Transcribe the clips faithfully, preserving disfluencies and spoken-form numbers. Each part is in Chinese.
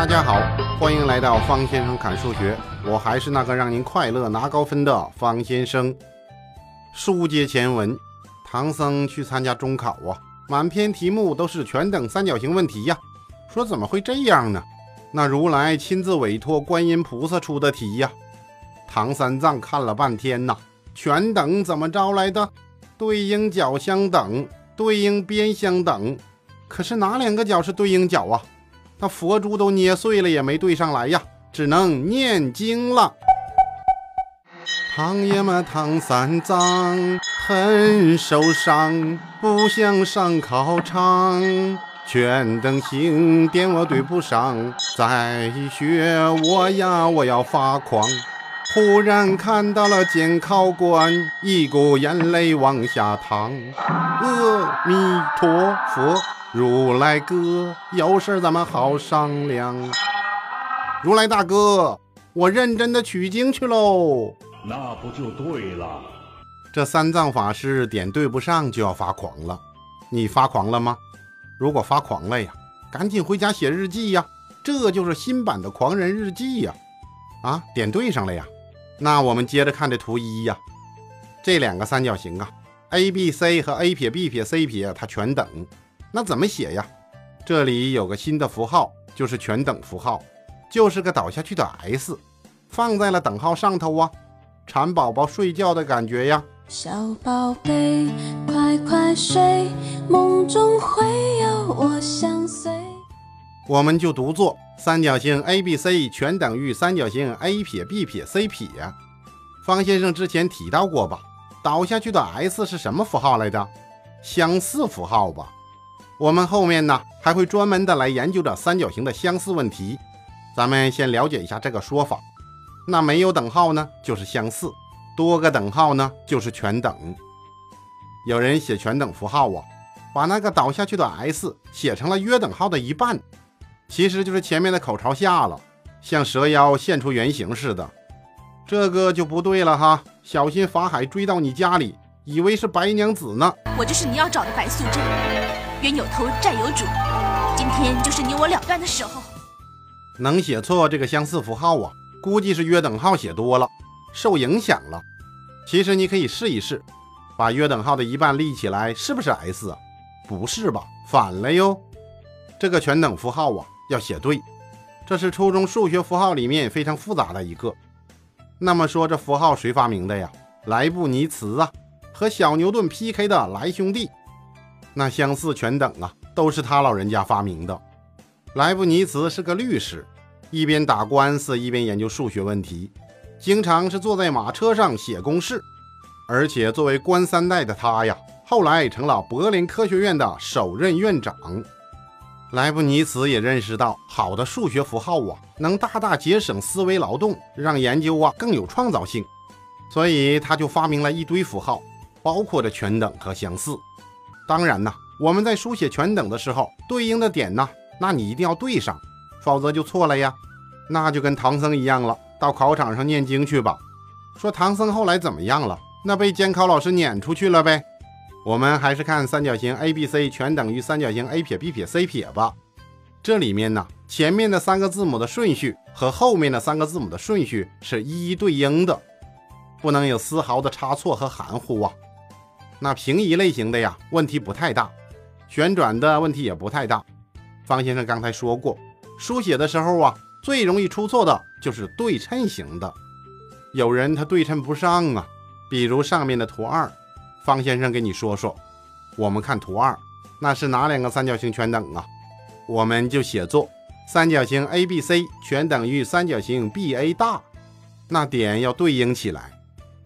大家好，欢迎来到方先生侃数学，我还是那个让您快乐拿高分的方先生。书接前文，唐僧去参加中考啊，满篇题目都是全等三角形问题呀、啊，说怎么会这样呢？那如来亲自委托观音菩萨出的题呀、啊。唐三藏看了半天呐，全等怎么着来的？对应角相等，对应边相等，可是哪两个角是对应角啊？那佛珠都捏碎了也没对上来呀，只能念经了。唐爷嘛，唐三藏很受伤，不想上考场，全等星点我对不上，再学我呀我要发狂。忽然看到了监考官，一股眼泪往下淌。阿弥陀佛，如来哥，有事咱们好商量。如来大哥，我认真的取经去喽。 那不就对了？ 这三藏法师点对不上就要发狂了。你发狂了吗？如果发狂了呀，赶紧回家写日记呀，这就是新版的狂人日记呀。啊，点对上了呀。那我们接着看这图一呀，这两个三角形啊 A B C 和 A 撇 B 撇 C 撇它全等，那怎么写呀？这里有个新的符号，就是全等符号，就是个倒下去的 S， 放在了等号上头啊，蚕宝宝睡觉的感觉呀。 小宝贝快快睡，梦中会有我相随。 我们就读作三角形 A B C 全等于三角形 A 撇 B 撇 C 撇。方先生之前提到过吧，倒下去的 S 是什么符号来的？相似符号吧。我们后面呢还会专门的来研究这三角形的相似问题，咱们先了解一下这个说法。那没有等号呢就是相似，多个等号呢就是全等。有人写全等符号啊，把那个倒下去的 S 写成了约等号的一半，其实就是前面的口朝下了，像蛇妖现出原形似的，这个就不对了哈，小心法海追到你家里，以为是白娘子呢。 我就是你要找的白素贞，冤有头债有主，今天就是你我了断的时候。 能写错这个相似符号啊，估计是约等号写多了，受影响了。其实你可以试一试，把约等号的一半立起来，是不是 S 啊？不是吧，反了哟。这个全等符号啊要写对，这是初中数学符号里面非常复杂的一个。那么说这符号谁发明的呀？莱布尼茨啊，和小牛顿 P K 的莱兄弟。那相似全等啊都是他老人家发明的。莱布尼茨是个律师，一边打官司一边研究数学问题，经常是坐在马车上写公式，而且作为官三代的他呀，后来成了柏林科学院的首任院长。莱布尼茨也认识到好的数学符号啊能大大节省思维劳动，让研究啊更有创造性，所以他就发明了一堆符号，包括着全等和相似。当然呢，我们在书写全等的时候，对应的点呢，那你一定要对上，否则就错了呀。那就跟唐僧一样了，到考场上念经去吧。说唐僧后来怎么样了？那被监考老师撵出去了呗。我们还是看三角形 A B C 全等于三角形 A 撇 B 撇 C 撇吧。这里面呢，前面的三个字母的顺序和后面的三个字母的顺序是一一对应的，不能有丝毫的差错和含糊啊。那平移类型的呀，问题不太大，旋转的问题也不太大。方先生刚才说过，书写的时候啊，最容易出错的就是对称型的，有人他对称不上啊。比如上面的图二，方先生给你说说。我们看图二，那是哪两个三角形全等啊？我们就写作三角形 A B C 全等于三角形 B A 大，那点要对应起来，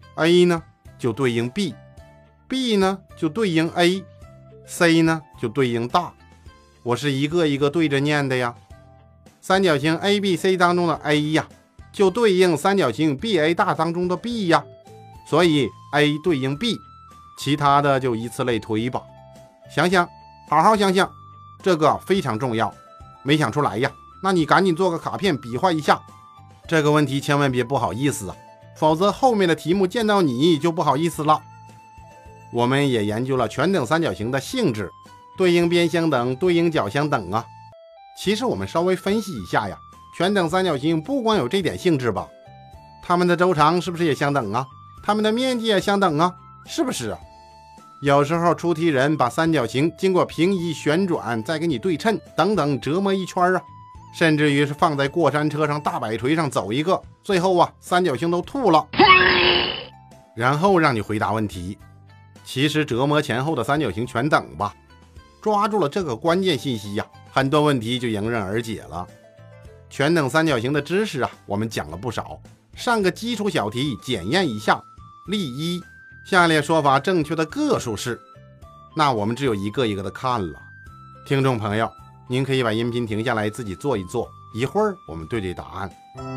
A 呢就对应 B， B 呢就对应 A， C 呢就对应大。我是一个一个对着念的呀。三角形 A B C 当中的 A 呀，就对应三角形 B A 大当中的 B 呀，所以 A 对应 B， 其他的就以此类推吧。想想，好好想想，这个非常重要。没想出来呀，那你赶紧做个卡片比划一下。这个问题千万别不好意思啊，否则后面的题目见到你就不好意思了。我们也研究了全等三角形的性质，对应边相等，对应角相等啊。其实我们稍微分析一下呀， 全等三角形不光有这点性质吧？它们的周长是不是也相等啊？它们的面积也相等啊？是不是啊？有时候出题人把三角形经过平移、旋转，再给你对称等等折磨一圈啊，甚至于是放在过山车上、大摆锤上走一个，最后啊三角形都吐了，然后让你回答问题。其实折磨前后的三角形全等吧，抓住了这个关键信息呀、啊，很多问题就迎刃而解了。全等三角形的知识啊，我们讲了不少，上个基础小题检验一下。例一，下列说法正确的个数是，那我们只有一个一个的看了。听众朋友，您可以把音频停下来自己做一做，一会儿我们对对答案。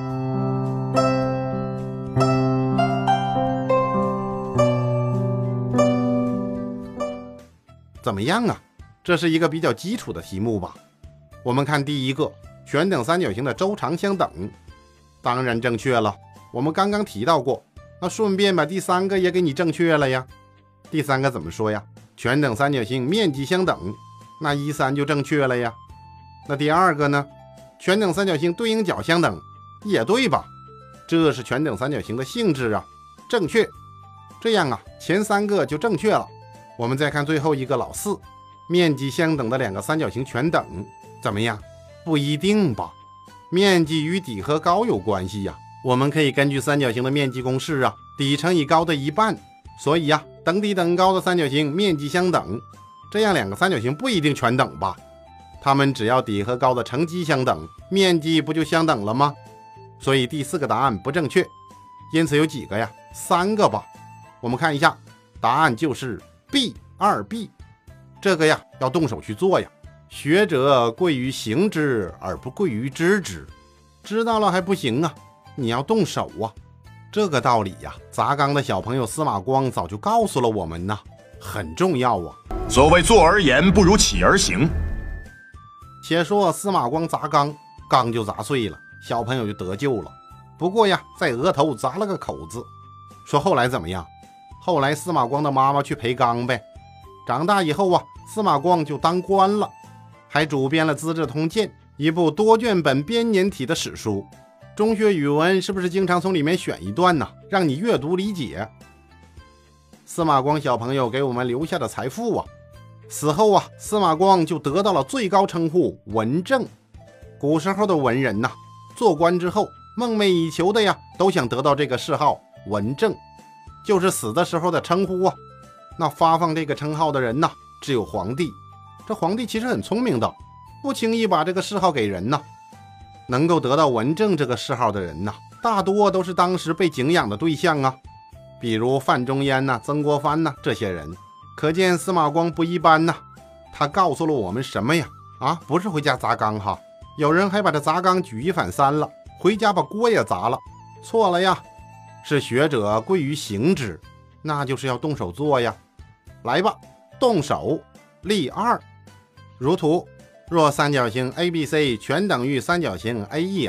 怎么样啊？这是一个比较基础的题目吧？我们看第一个，全等三角形的周长相等，当然正确了。我们刚刚提到过，那顺便把第三个也给你正确了呀。第三个怎么说呀？全等三角形面积相等，那一三就正确了呀。那第二个呢？全等三角形对应角相等，也对吧？这是全等三角形的性质啊，正确。这样啊，前三个就正确了。我们再看最后一个老四，面积相等的两个三角形全等，怎么样？不一定吧？面积与底和高有关系呀。我们可以根据三角形的面积公式啊，底乘以高的一半，所以呀，等底等高的三角形面积相等，这样两个三角形不一定全等吧？它们只要底和高的乘积相等，面积不就相等了吗？所以第四个答案不正确。因此有几个呀？三个吧。我们看一下，答案就是 B 二 B。 这个呀要动手去做呀。学者贵于行之而不贵于知之，知道了还不行啊，你要动手啊。这个道理呀，砸缸的小朋友司马光早就告诉了我们呐，很重要啊。 所谓坐而言不如起而行。 且说司马光砸缸，缸就砸碎了，小朋友就得救了。不过呀，在额头砸了个口子。说后来怎么样？后来司马光的妈妈去陪缸呗。长大以后啊，司马光就当官了，还主编了《资治通鉴》，一部多卷本编年体的史书。中学语文是不是经常从里面选一段呢，让你阅读理解？司马光小朋友给我们留下的财富啊，死后啊，司马光就得到了最高称呼文正。古时候的文人呐、啊，做官之后梦寐以求的呀，都想得到这个谥号文正，就是死的时候的称呼啊。那发放这个称号的人呐、啊，只有皇帝。这皇帝其实很聪明的，不轻易把这个谥号给人呐、啊。能够得到文正这个谥号的人呐、啊，大多都是当时被敬仰的对象啊，比如范仲淹呐、啊、曾国藩呐、啊、这些人。可见司马光不一般呐、啊，他告诉了我们什么呀？啊，不是回家砸缸哈，有人还把这砸缸举一反三了，回家把锅也砸了，错了呀，是学者贵于行之，那就是要动手做呀。来吧，动手。例二，如图。若三角形 A B C 全等于三角形 A E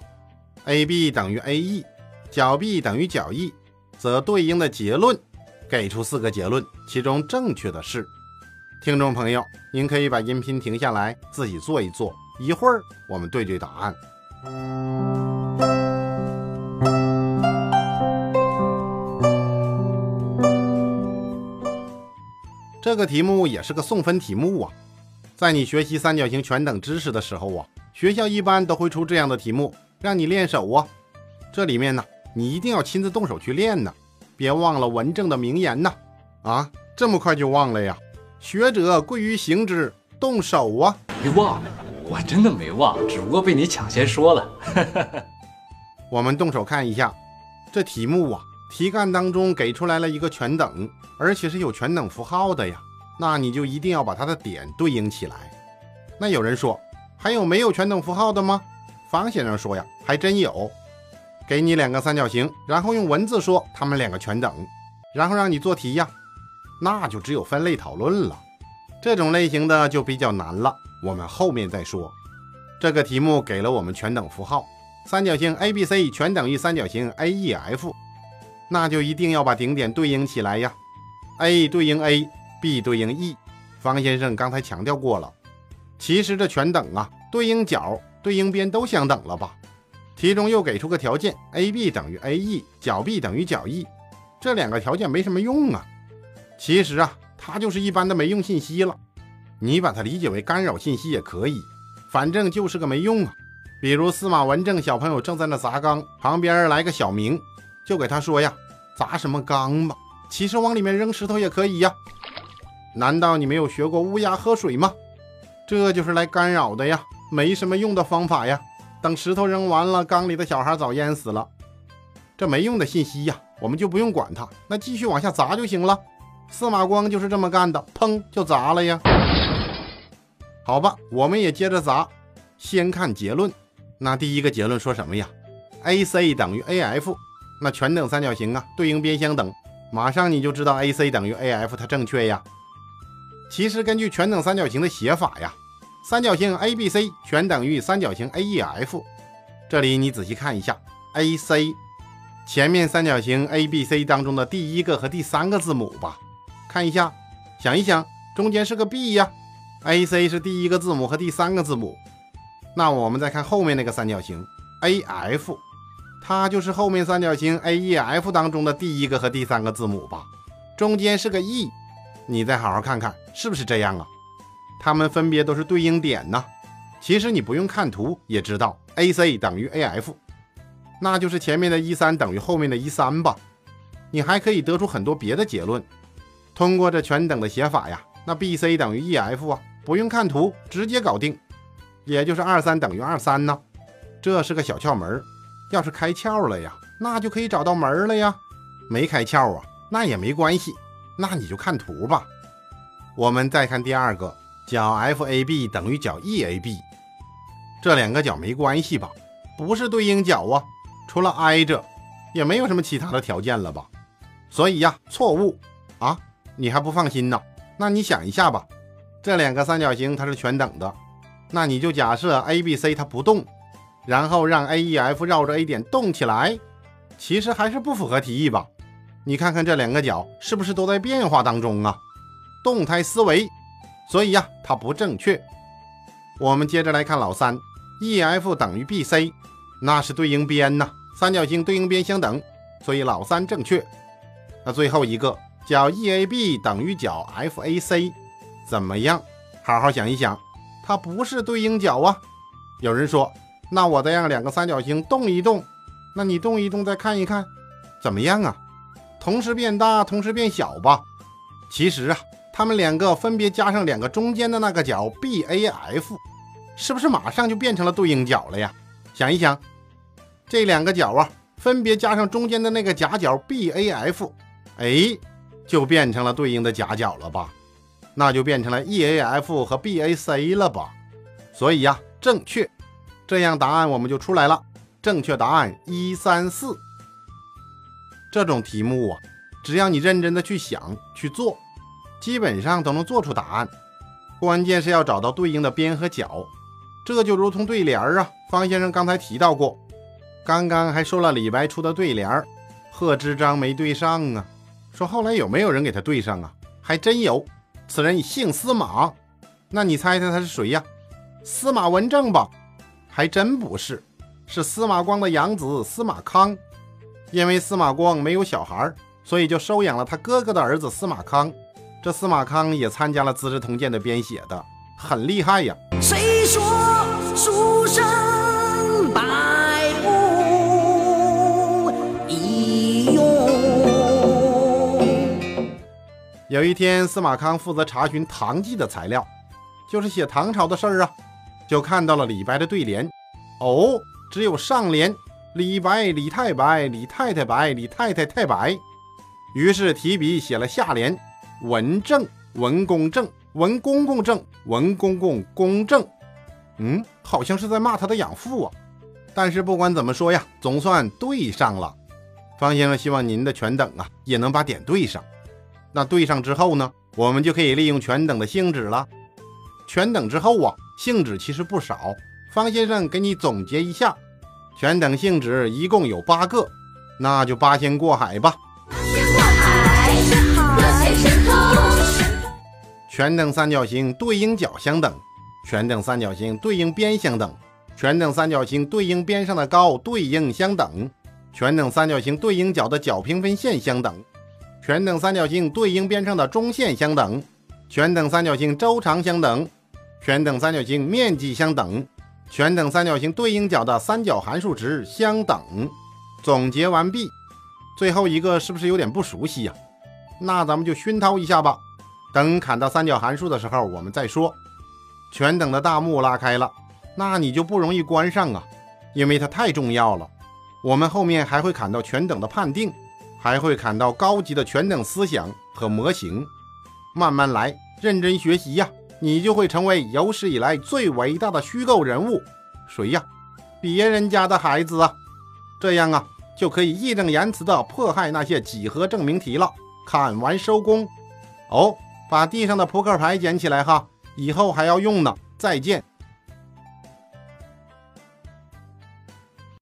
F，A B 等于 A E， 角 B 等于角 E， 则对应的结论给出四个结论，其中正确的是。听众朋友，您可以把音频停下来自己做一做，一会儿我们对对答案。这个题目也是个送分题目啊。在你学习三角形全等知识的时候啊，学校一般都会出这样的题目，让你练手啊。这里面呢，你一定要亲自动手去练呢，别忘了文正的名言呢。啊，这么快就忘了呀？学者贵于行之，动手啊！ 别忘了，我真的没忘，只不过被你抢先说了。 我们动手看一下这题目啊，题干当中给出来了一个全等，而且是有全等符号的呀。那你就一定要把它的点对应起来。那有人说，还有没有全等符号的吗？方先生说呀，还真有。给你两个三角形，然后用文字说它们两个全等，然后让你做题呀，那就只有分类讨论了。这种类型的就比较难了，我们后面再说。这个题目给了我们全等符号，三角形 A B C 全等于三角形 A E F， 那就一定要把顶点对应起来呀。 A 对应 A，B 对应 E， 方先生刚才强调过了。其实这全等啊，对应角对应边都相等了吧？题中又给出个条件 A B 等于 A E， 角 B 等于角 E， 这两个条件没什么用啊。其实啊，它就是一般的没用信息了，你把它理解为干扰信息也可以，反正就是个没用啊。比如司马文正小朋友正在那砸缸，旁边来个小明，就给他说呀，砸什么缸嘛，其实往里面扔石头也可以呀。难道你没有学过乌鸦喝水吗？这就是来干扰的呀，没什么用的方法呀。等石头扔完了，缸里的小孩早淹死了。这没用的信息呀，我们就不用管它，那继续往下砸就行了。司马光就是这么干的，砰就砸了呀。好吧，我们也接着砸。先看结论，那第一个结论说什么呀？ A C 等于 A F， 那全等三角形啊，对应边相等，马上你就知道 A C 等于 A F 它正确呀。其实根据全等三角形的写法呀，三角形 A B C 全等于三角形 A E F。 这里你仔细看一下 A C， 前面三角形 A B C 当中的第一个和第三个字母吧，看一下，想一想，中间是个 B 呀， A C 是第一个字母和第三个字母。那我们再看后面那个三角形 A F， 它就是后面三角形 A E F 当中的第一个和第三个字母吧，中间是个 E， 你再好好看看是不是这样啊？它们分别都是对应点呢。其实你不用看图也知道 A C 等于 A F， 那就是前面的一三等于后面的一三吧。你还可以得出很多别的结论。通过这全等的写法呀，那 B C 等于 E F 啊，不用看图直接搞定，也就是二三等于二三呢。这是个小窍门，要是开窍了呀，那就可以找到门了呀。没开窍啊，那也没关系，那你就看图吧。我们再看第二个，角 F A B 等于角 E A B， 这两个角没关系吧？不是对应角啊，除了挨着也没有什么其他的条件了吧？所以呀，错误啊！你还不放心呢？那你想一下吧，这两个三角形它是全等的，那你就假设 A B C 它不动，然后让 A E F 绕着 A 点动起来，其实还是不符合题意吧？你看看这两个角是不是都在变化当中啊？动态思维，所以呀，它不正确。我们接着来看老三 ，E F 等于 B C， 那是对应边呐，三角形对应边相等，所以老三正确。那最后一个角 E A B 等于角 F A C， 怎么样？好好想一想，它不是对应角啊。有人说，那我再让两个三角形动一动，那你动一动再看一看，怎么样啊？同时变大，同时变小吧。其实啊，它们两个分别加上两个中间的那个角 B A F， 是不是马上就变成了对应角了呀？想一想，这两个角啊，分别加上中间的那个夹角 B A F， 哎，就变成了对应的夹角了吧？那就变成了 E A F 和 B A C 了吧？所以呀，正确。这样答案我们就出来了，正确答案一三四。这种题目啊，只要你认真的去想去做，基本上都能做出答案。关键是要找到对应的边和角，这就如同对联啊。方先生刚才提到过，刚刚还说了李白出的对联，贺知章没对上啊。说后来有没有人给他对上啊？还真有，此人姓司马。那你猜猜他是谁呀？司马文正吧？还真不是，是司马光的养子司马康。因为司马光没有小孩，所以就收养了他哥哥的儿子司马康。这司马康也参加了《资治通鉴》的编写的，很厉害呀。 谁说书生百无一用？ 有一天，司马康负责查询唐记的材料，就是写唐朝的事儿啊，就看到了李白的对联。哦，只有上联李白李太白李太太白李太太太白，于是提笔写了下联文正文公正文公公正文公公公正。嗯，好像是在骂他的养父啊。但是不管怎么说呀，总算对上了。方先生希望您的全等啊也能把点对上。那对上之后呢，我们就可以利用全等的性质了。全等之后啊，性质其实不少，方先生给你总结一下。全等性质一共有八个，那就八仙过海吧。全等三角形对应角相等，全等三角形对应边相等， 全等三角形对应边上的高对应相等，全等三角形对应角的角平分线相等，全等三角形对应边上的中线相等，全等三角形周长相等，全等三角形面积相等，全等三角形对应角的三角函数值相等。总结完毕。最后一个是不是有点不熟悉呀、啊？那咱们就熏陶一下吧，等砍到三角函数的时候我们再说。全等的大幕拉开了，那你就不容易关上啊，因为它太重要了。我们后面还会砍到全等的判定，还会砍到高级的全等思想和模型。慢慢来，认真学习呀，你就会成为有史以来最伟大的虚构人物。谁呀？别人家的孩子啊。这样啊，就可以义正言辞地迫害那些几何证明题了。砍完收工。哦，把地上的扑克牌捡起来哈，以后还要用呢。再见。